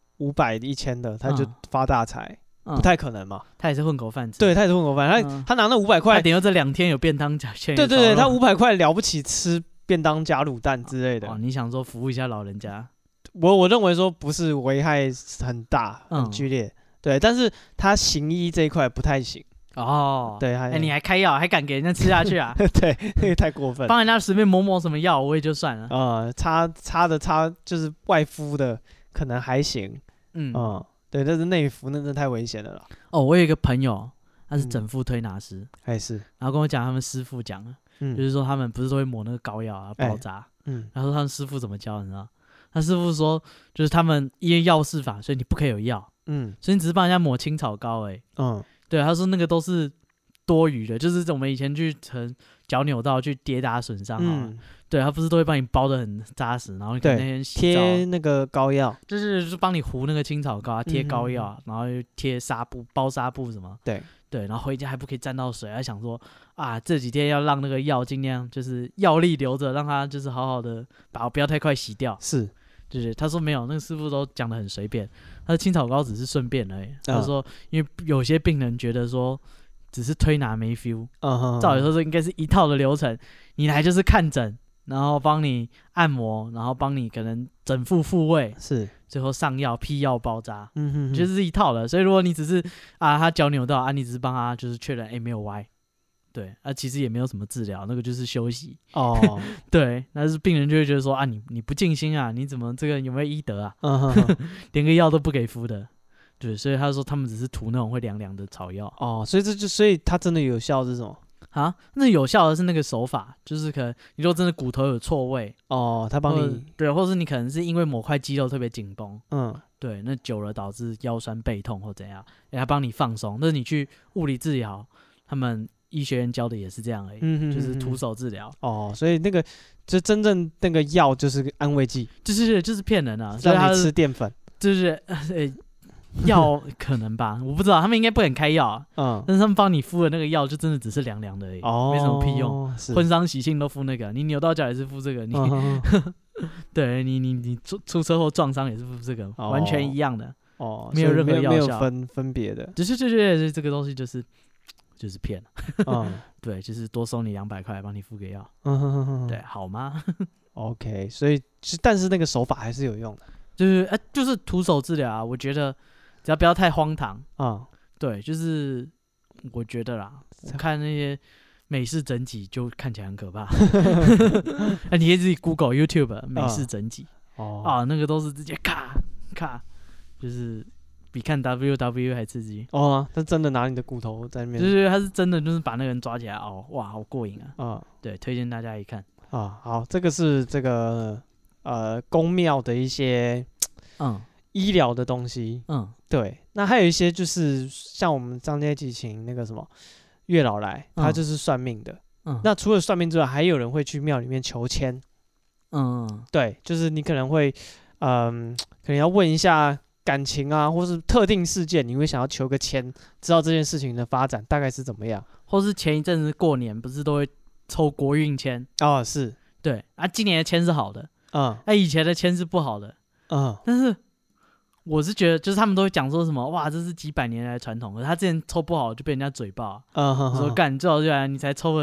500、1000的，他就发大财。不太可能嘛， 他也是混口饭吃。 对，他也是混口饭。他拿那500块， 他顶多这2天有便当加钱。 对，他500块了不起吃便当加卤蛋之类的。 你想说服务一下老人家？ 我认为说不是危害很大、很剧烈。对，但是他行医这一块不太行。对， 你还开药，还敢给人家吃下去啊？ 对，那个太过分。 帮人家随便抹什么药，我也就算了。 擦就是外敷的，可能还行。对，但是内服那真的太危险了啦。 我有一个朋友，他是整复推拿师， 还是， 然后跟我讲他们师傅讲了，就是说他们不是都会抹那个膏药啊，包扎，然后他们师傅怎么教，你知道？他师傅说，就是他们因为药事法，所以你不可以有药，所以你只是帮人家抹青草膏而已。对，他说那个都是多余的，就是我们以前去脚扭到去跌打损伤对，他不是都会帮你包得很扎实，然后你可能那天洗澡贴那个膏药， 就是帮你糊那个青草膏，贴膏药，然后又贴纱布，包纱布什么。对，然后回家还不可以沾到水，还想说这几天要让那个药尽量就是药力留着，让它就是好好的不要太快洗掉。 是， 对，他说没有，那个师傅都讲得很随便，他的青草膏只是顺便而已。他说，因为有些病人觉得说只是推拿没 feel，照理说这应该是一套的流程，你来就是看诊。然后帮你按摩，然后帮你可能整复复位， 是最后上药批药包扎，就是一套的。所以如果你只是他脚扭到你只是帮他就是确认没有歪，对其实也没有什么治疗，那个就是休息对，但是病人就会觉得说你不尽心你怎么这个有没有医德啊？连个药都不给敷的。对，所以他说他们只是涂那种会凉凉的草药。 所以所以它真的有效是什么？ 啊，那有效的是那个手法，就是可能你如果真的骨头有错位他帮你对，或是你可能是因为某块肌肉特别紧绷，对，那久了导致腰酸背痛或怎样，他帮你放松。那你去物理治疗，他们医学院教的也是这样而已，就是徒手治疗。 所以那个就真正那个药就是个安慰剂， 就是骗人啊，所以让你吃淀粉， 就是药可能吧，我不知道，他们应该不肯开药但是他们帮你敷的那个药就真的只是凉凉的而已，没什么屁用。婚丧喜庆都敷那个，你扭到脚也是敷这个，你对你出车祸撞伤也是敷这个，完全一样的没有任何药效， 没有分别的， 就是这个东西就是骗对，就是多收你200块帮你敷个药，对，好吗 ？OK， 所以但是那个手法还是有用的， 就是徒手治疗啊，我觉得只要不要太荒唐对，就是我觉得啦，我看那些美式整脊就看起来很可怕你可以自己 Google YouTube 美式整脊那个都是直接咔咔，就是比看 WWE 还刺激他真的拿你的骨头在那边， 就是他是真的就是把那个人抓起来哇，好过瘾啊对，推荐大家一看好，这个是这个宫庙的一些医疗的东西对，那还有一些就是像我们张阶级请那个什么月老来，他就是算命的那除了算命之外，还有人会去庙里面求签对，就是你可能会可能要问一下感情啊，或是特定事件，你会想要求个签，知道这件事情的发展大概是怎么样， 或是前一阵子过年不是都会抽国运签是对今年的签是好的以前的签是不好的但是我是觉得就是他们都会讲说什么哇这是几百年来的传统，可是他之前抽不好就被人家嘴爆说干你最好就来，你才抽了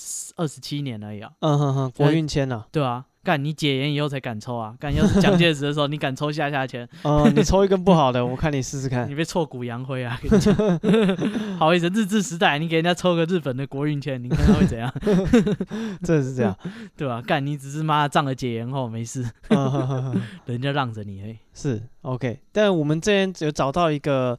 27年而已国运签对啊，干你解严以后才敢抽啊，干要是蒋介石的时候你敢抽下签你抽一根不好的我看你试试看你被挫骨扬灰啊跟你讲好意思，日治时代你给人家抽个日本的国运签，你看他会怎样真的是这样对吧干你只是妈仗了解严后没事人家让着你而已是 OK， 但我们这边有找到一个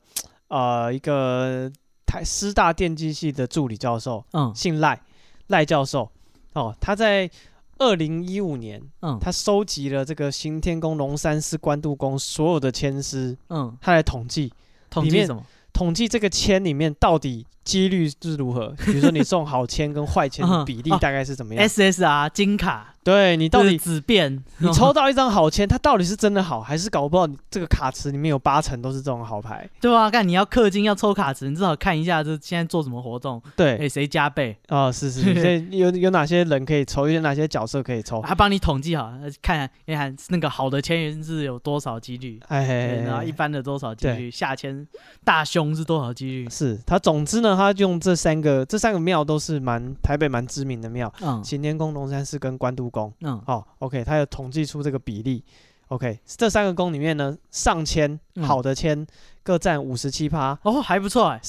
师大电机系的助理教授姓赖教授他在2015年他收集了这个行天宫、龙山寺、关渡宫所有的签师他来统计什么？ 统计这个签里面到底几率是如何，比如说你中好签跟坏签的比例大概是怎么样 SSR 金卡， 对，你到底紫变你抽到一张好签，它到底是真的好，还是搞不好你这个卡池里面有80%都是这种好牌？ 对啊，干你要氪金要抽卡池，你至少看一下这现在做什么活动， 对， 谁加倍是所以有哪些人可以抽，有哪些角色可以抽， 他帮你统计好，看那个好的签员是有多少几率，然后一般的多少几率，下签大凶是多少几率， 是他总之呢，他用这三个庙都是台北蛮知名的庙，行天宫、龙山寺跟关渡宫。OK， 他有统计出这个比例。OK， 这3个宫里面呢，上签好的签各占57%， 还不错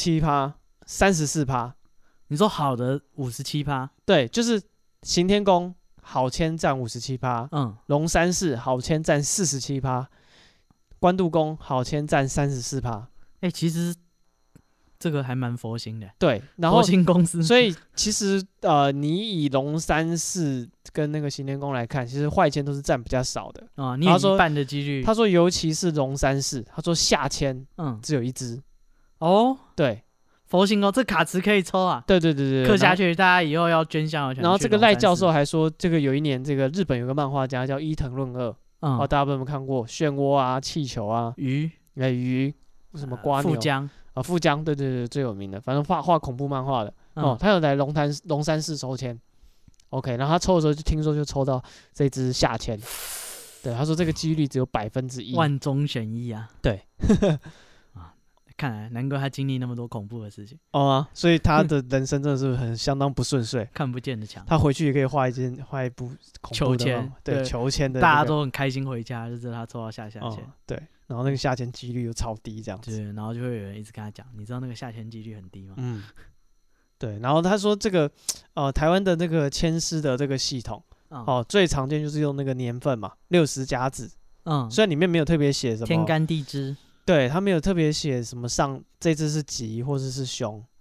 47%、34%。 你说好的57%？ 对，就是行天宫好签占57%，龙山寺好签占47%，关渡宫好签占34%。 其实这个还蛮佛心的， 对，然后佛心公司， 所以其实你以龙山寺跟那个行天宫来看，其实坏签都是占比较少的你有一半的几率。 他说尤其是龙山寺，他说下签只有1支对， 佛心这卡池可以抽啊， 对， 刻下去，大家以后要捐香油钱。 然后这个赖教授还说，这个有一年这个日本有个漫画家叫伊藤润二，大家有没有看过漩涡啊、气球啊、鱼什么瓜牛、富江，对，最有名的，反正画恐怖漫画的他有来龙山寺抽签 ，OK， 然后他抽的时候就听说就抽到这支下签，对，他说这个几率只有1%， 万中选一啊， 对， 看来难怪他经历那么多恐怖的事情所以他的人生真的是相当不顺遂， 看不见的墙， 他回去也可以画一部恐怖的求签， 对，求签的， 大家都很开心回家，就知道他抽到下签， 对。然后那个下签几率又超低，这样子。 对，然后就会有人一直跟他讲，你知道那个下签几率很低吗？ 对。然后他说这个台湾的那个签师的这个系统，最常见就是用那个年份嘛，60甲子。虽然里面没有特别写什么天干地支， 对他没有特别写什么这支是吉或者是凶，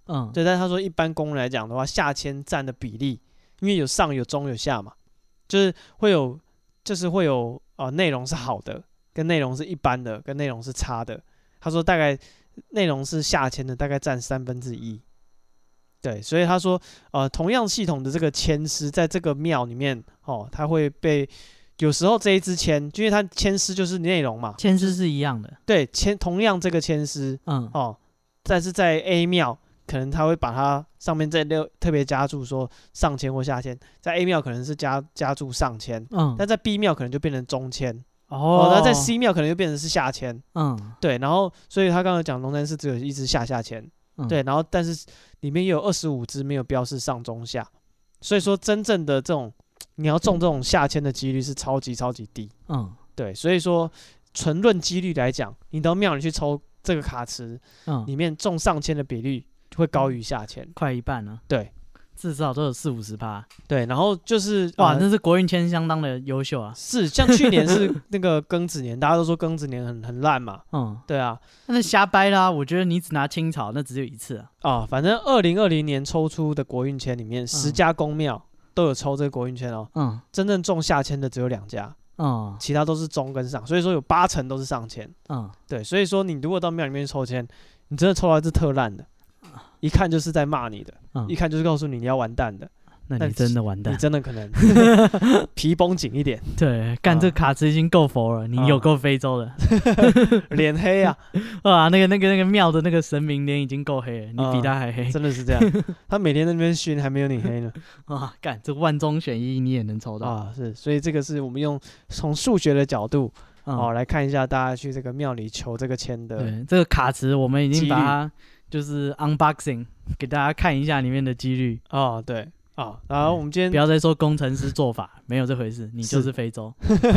对，但是他说一般公来讲的话，下签占的比例，因为有上有中有下嘛，就是会有内容是好的，跟内容是一般的，跟内容是差的。他说大概内容是下签的，大概占1/3。对，所以他说，同样系统的这个签师在这个庙里面，他会被有时候这一支签，因为他签师就是内容嘛， 签师是一样的， 对，同样这个签师，但是在 A 庙可能他会把它上面再特别加注说上签或下签，在 A 庙可能是加注上签，但在 B 庙可能就变成中签。那在 C 庙可能就变成是下签，对，然后所以他刚刚讲龙山寺只有一支下签，对，然后但是里面也有25支没有标示上中下，所以说真正的这种你要中这种下签的几率是超级超级低，对，所以说纯论几率来讲，你到庙里去抽这个卡池，里面中上签的比率会高于下签， 快一半了， 对。 至少都有40-50%， 对，然后就是哇，那是国运签相当的优秀啊。 是，像去年是那个庚子年，大家都说庚子年很烂嘛，对啊， 那瞎掰啦。我觉得你只拿清朝，那只有一次啊。反正2020年抽出的国运签里面，10家公庙都有抽这个国运签哦，真正中下签的只有2家，其他都是中跟上，所以说有80%都是上签，对，所以说你如果到庙里面抽签，你真的抽到一支特烂的。一看就是在骂你的，一看就是告诉你要完蛋的。 那你真的完蛋， 你真的可能皮绷紧一点。 对，干这卡池已经够佛了，你有够非洲的， 脸黑啊！ 啊，那个庙的那个神明脸已经够黑了，你比他还黑， 真的是这样。他每天在那边熏，还没有你黑呢。 干这万中选一，你也能抽到啊！是，所以这个是我们从数学的角度来看一下大家去这个庙里求这个签的。 对，这个卡池我们已经把它就是 unboxing 给大家看一下里面的几率。 对。然后我们今天不要再说工程师做法，没有这回事，你就是非洲。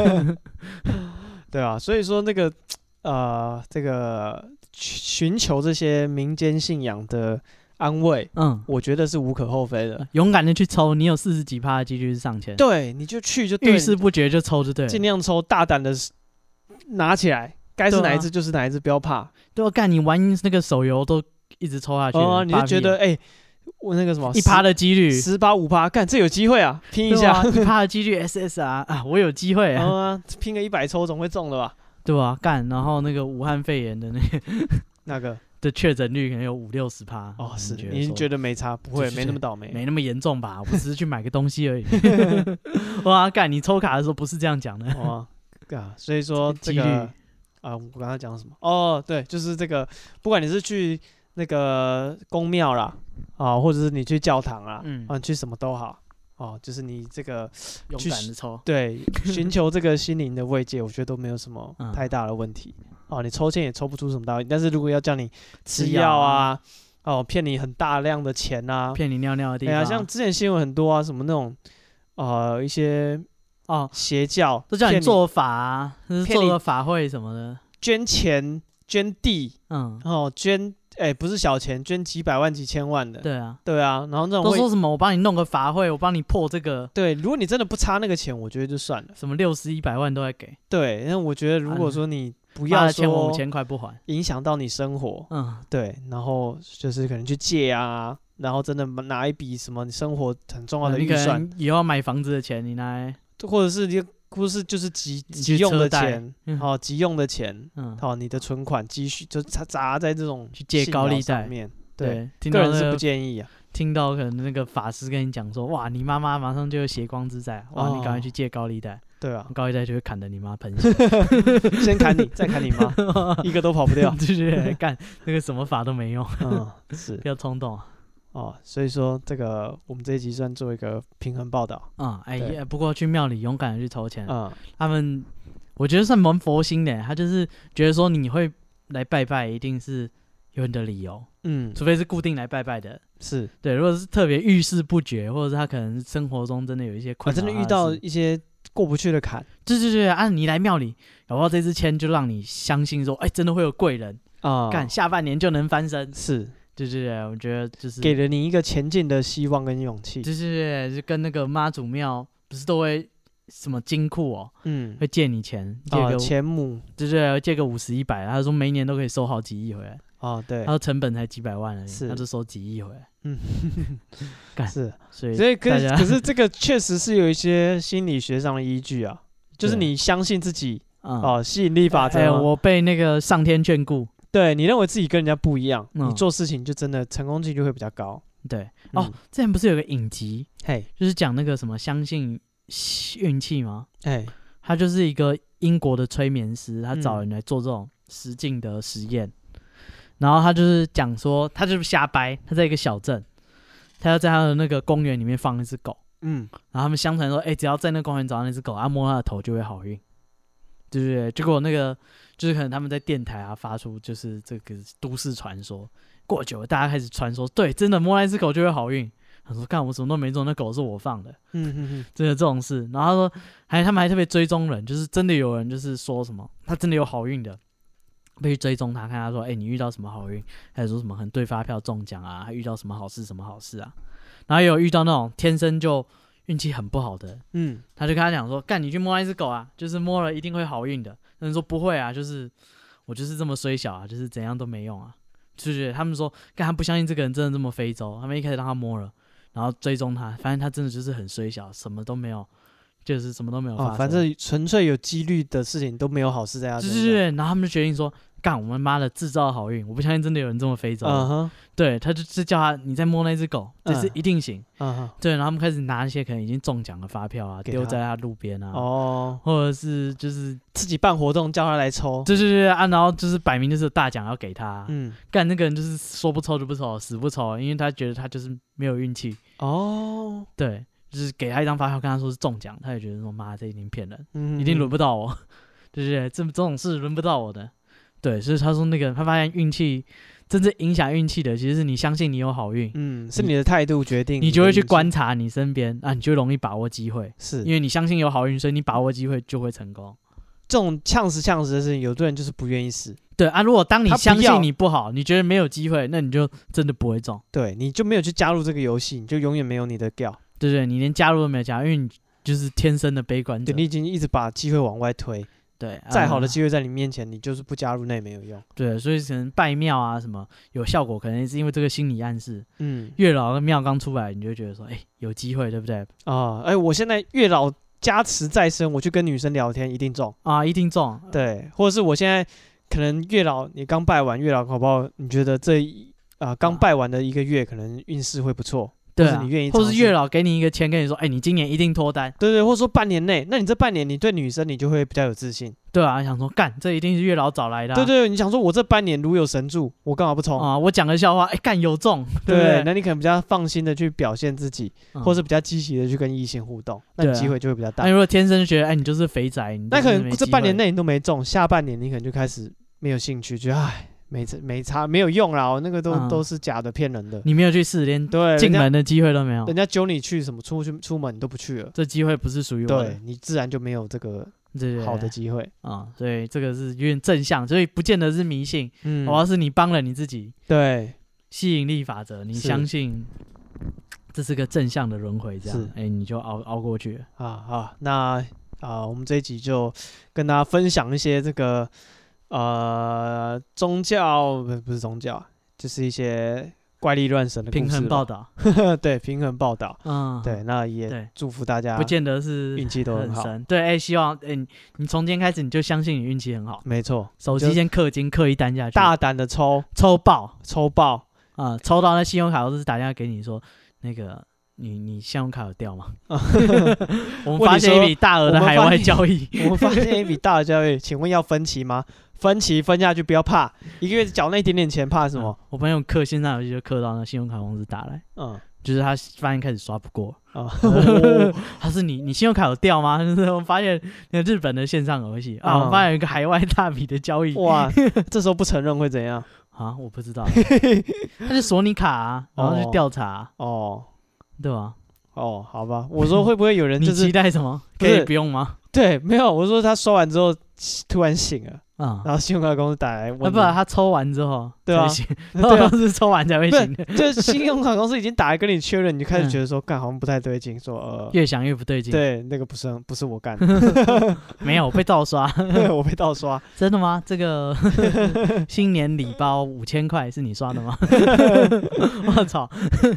对啊，所以说那个这个寻求这些民间信仰的安慰，我觉得是无可厚非的。 勇敢的去抽，你有40几%的几率是上签。 对，你就去就对， 遇事不决就抽就对了， 尽量抽，大胆的拿起来，该是哪一支就是哪一支，不要怕。 对啊，干你玩那个手游都一直抽下去， 你就觉得我那个什么 1%的几率 ，18、5%，干这有机会啊，拼一下 ，1%的几率 SSR 啊，我有机会啊， 拼个100抽总会中的吧？ 对啊，干，然后那个武汉肺炎的那个的确诊率可能有50-60%。 是，你觉得没差？不会，没那么倒霉， 没那么严重吧？我只是去买个东西而已。哇，干，你抽卡的时候不是这样讲的。 所以说这个我刚才讲什么？对，就是这个，不管你是去那个宫庙啦，或者是你去教堂啦，你去什么都好，就是你这个勇敢的抽， 对，寻求这个心灵的慰藉，我觉得都没有什么太大的问题。你抽签也抽不出什么道理，但是如果要叫你吃药啊，骗你很大量的钱啊， 骗你尿尿的地方， 像之前新闻很多啊，什么那种一些邪教都叫你做法啊，做个法会什么的， 捐钱捐地，捐不是小钱，捐几百万几千万的。对啊，然后那种都说什么我帮你弄个法会，我帮你破这个。 对，如果你真的不差那个钱，我觉得就算了。 什么60、100万都在给。 对，那我觉得如果说你不要说 5000块不还， 影响到你生活，对，然后就是可能去借啊，然后真的拿一笔什么你生活很重要的预算， 你以后要买房子的钱，你拿来， 或者是就是急用的钱，急用的钱，你的存款积蓄就砸在这种去借高利贷上面，对，个人是不建议啊。 听到可能那个法师跟你讲说，哇，你妈妈马上就有血光之灾，哇，你赶快去借高利贷， 对啊， 高利贷就会砍得你妈喷血， 先砍你，再砍你妈，一个都跑不掉， 就是干那个什么法都没用， 是， 不要冲动。 所以说这个我们这一集算做一个平衡报道。 不过去庙里勇敢的去筹钱，他们我觉得算蛮佛心的，他就是觉得说你会来拜拜，一定是有你的理由，除非是固定来拜拜的， 是对。如果是特别遇事不决，或者是他可能生活中真的有一些困扰， 真的遇到一些过不去的坎， 对啊，你来庙里，搞不好这支签就让你相信说，真的会有贵人干下半年就能翻身， 是。 对，我觉得就是给了你一个前进的希望跟勇气。 就跟那个妈祖庙不是都会什么金库会借你钱，借个钱母， 借个50、100，他说每一年都可以收好几亿回来。 哦，对， 他的成本才几百万而已， 是他就收几亿回来。 是， 所以可是这个确实是有一些心理学上的依据啊，就是你相信自己吸引力法则， 我被那个上天眷顾。 对，你认为自己跟人家不一样，你做事情就真的成功几率会比较高。 对，之前不是有个影集，就是讲那个什么相信运气吗？他就是一个英国的催眠师，他找人来做这种实境的实验，然后他就是讲说，他就是瞎掰，他在一个小镇，他要在他的那个公园里面放一只狗，然后他们相传说，只要在那个公园找到那只狗，摸它的头就会好运，对不对？结果那个就是可能他们在电台发出就是这个都市传说，过久了大家开始传说，对，真的摸那只狗就会好运。他说：“干，我什么都没做，那狗是我放的。”真的这种事。然后他说，他们还特别追踪人，就是真的有人就是说什么，他真的有好运的，被去追踪他，看他说，你遇到什么好运？还有说什么很对发票中奖啊，还遇到什么好事什么好事啊？然后也有遇到那种天生就运气很不好的，他就跟他讲说，干，你去摸那只狗啊，就是摸了一定会好运的。那人说不会啊，就是我就是这么衰小啊，就是怎样都没用啊。就是他们说，干，他不相信这个人真的这么非洲，他们一开始让他摸了。然后追踪他，发现他真的就是很衰小，什么都没有，就是什么都没有发生。 反正纯粹有几率的事情都没有好事在他身上。 对，然后他们就决定说，干，我们妈的制造好运！我不相信真的有人这么非洲。对，他就是叫他，你再摸那只狗，这次一定行。对，然后他们开始拿一些可能已经中奖的发票啊，丢在他路边啊，或者是就是自己办活动叫他来抽。 对然后就是摆明就是大奖要给他。干那个人就是说不抽就不抽，死不抽，因为他觉得他就是没有运气。对，就是给他一张发票，跟他说是中奖，他也觉得说妈，这一定骗人，一定轮不到我，对不对？这种事轮不到我的。对，所以他说那个他发现运气真正影响运气的，其实是你相信你有好运， 是你的态度决定， 你就会去观察你身边啊，你就容易把握机会， 是因为你相信有好运，所以你把握机会就会成功。 这种呛死的事情，有的人就是不愿意试。 对啊，如果当你相信你不好，你觉得没有机会，那你就真的不会中。 对，你就没有去加入这个游戏，你就永远没有你的调。 对，你连加入都没有加入，因为你就是天生的悲观者。 对，你已经一直把机会往外推。 对， 再好的机会在你面前，你就是不加入那也没有用。 对，所以可能拜庙啊什么有效果，可能是因为这个心理暗示。月老的庙刚出来，你就觉得说，有机会，对不对？ 我现在月老加持在身，我去跟女生聊天一定中啊，一定中。 对，或者是我现在可能月老你刚拜完，月老搞不好你觉得刚拜完的一个月可能运势会不错。 对或是你愿意， 或是月老给你一个签，跟你说，你今年一定脱单。 对，或者说半年内，那你这半年你对女生你就会比较有自信。 对啊，想说干，这一定是月老找来的。 对，你想说我这半年如有神助，我干嘛不冲啊？我讲个笑话，干有中，对， 那你可能比较放心的去表现自己，或是比较积极的去跟异性互动，那你机会就会比较大。 那如果天生觉得，你就是肥宅， 那可能这半年内你都没中，下半年你可能就开始没有兴趣，觉得没差，没有用啦，那个都是假的，骗人的。 你没有去试，连进门的机会都没有。 人家揪你去什么出门你都不去了， 这机会不是属于我的， 对你自然就没有这个好的机会啊。所以这个是有点正向，所以不见得是迷信，主要是你帮了你自己。 对， 吸引力法则，你相信这是个正向的轮回，这样，你就熬过去了好，那我们这一集就跟大家分享一些这个。宗教不是宗教，就是一些怪力乱神的故事平衡报道。 对，平衡报道。对，那也祝福大家， 不见得是运气都很好。 对，希望你从今天开始你就相信你运气很好。 没错， 手机先氪金氪一单下去， 大胆的抽爆抽到那信用卡都是打电话给你说那个。你信用卡有掉吗？我们发现一笔大额的海外交易。 我们发现一笔大额交易，请问要分期吗？分期分下去不要怕，一个月缴那一点点钱怕什么？ 我朋友氪线上游戏就氪到那信用卡公司打来，就是他发现开始刷不过，他是你信用卡有掉吗？我们发现日本的线上游戏我们发现有一个海外大笔的交易， 哇，这时候不承认会怎样？ 我不知道，他就锁你卡然后去调查对吧？ 好吧，我说会不会有人就是你期待什么？可以不用吗？ 对，没有，我说他刷完之后突然醒了， 然后信用卡公司打来问， 不然他抽完之后， 对啊， 都是抽完才会行的。 就是信用卡公司已经打来跟你确认，你就开始觉得说，干好像不太对劲，说越想越不对劲。 对，那个不是我干， 没有，我被盗刷， 我被盗刷， 真的吗？这个新年礼包5000块是你刷的吗？我操！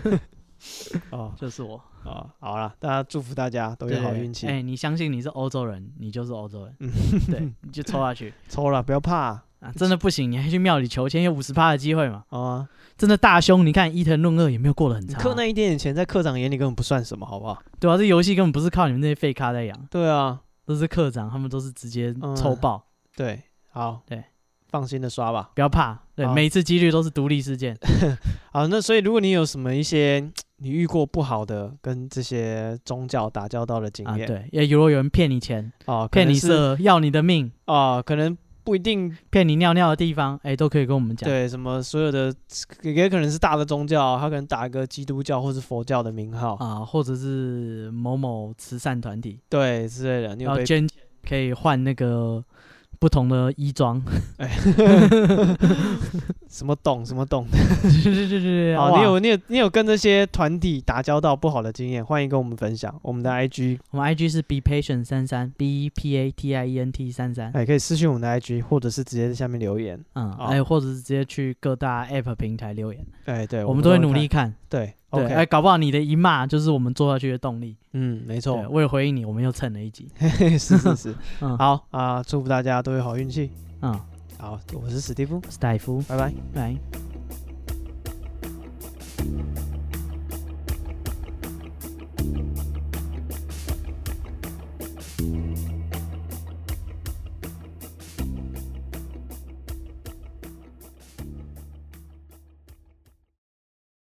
就是我好啦，大家祝福大家都有好运气。 你相信你是欧洲人，你就是欧洲人。对，你就抽下去， 抽了不要怕真的不行，你还去庙里求签，有50%的机会嘛。 真的大凶，你看伊藤润二也没有过得很差。 氪那一点点钱，在课长眼里根本不算什么，好不好？ 对啊，这游戏根本不是靠你们那些废咖在养。 对啊， 都是课长，他们都是直接抽爆。 对，好， 对， 放心的刷吧， 不要怕。对，每一次几率都是独立事件。 好，那所以如果你有什么一些你遇过不好的跟这些宗教打交道的经验， 对，如果有人骗你钱，骗你色，要你的命， 可能不一定骗你尿尿的地方，都可以跟我们讲。 对，什么所有的也可能是大的宗教，他可能打一个基督教或是佛教的名号或者是某某慈善团体， 对之类的，你有捐钱可以换那个不同的衣装， 什么懂什么懂， 是好，你有跟这些团体打交道不好的经验，欢迎跟我们分享。我们的 IG， 我们 IG 是 bepatient33 BEPATIENT33， 可以私讯我们的 IG， 或者是直接在下面留言， 或者是直接去各大 App 平台留言， 对， 我们都会努力看， 对， 搞不好你的一骂就是我们做下去的动力。 没错， 为了回应你，我们又蹭了一集， 是，好祝福大家都有好运气。 好， 我是史蒂夫， 史黛夫， 拜拜。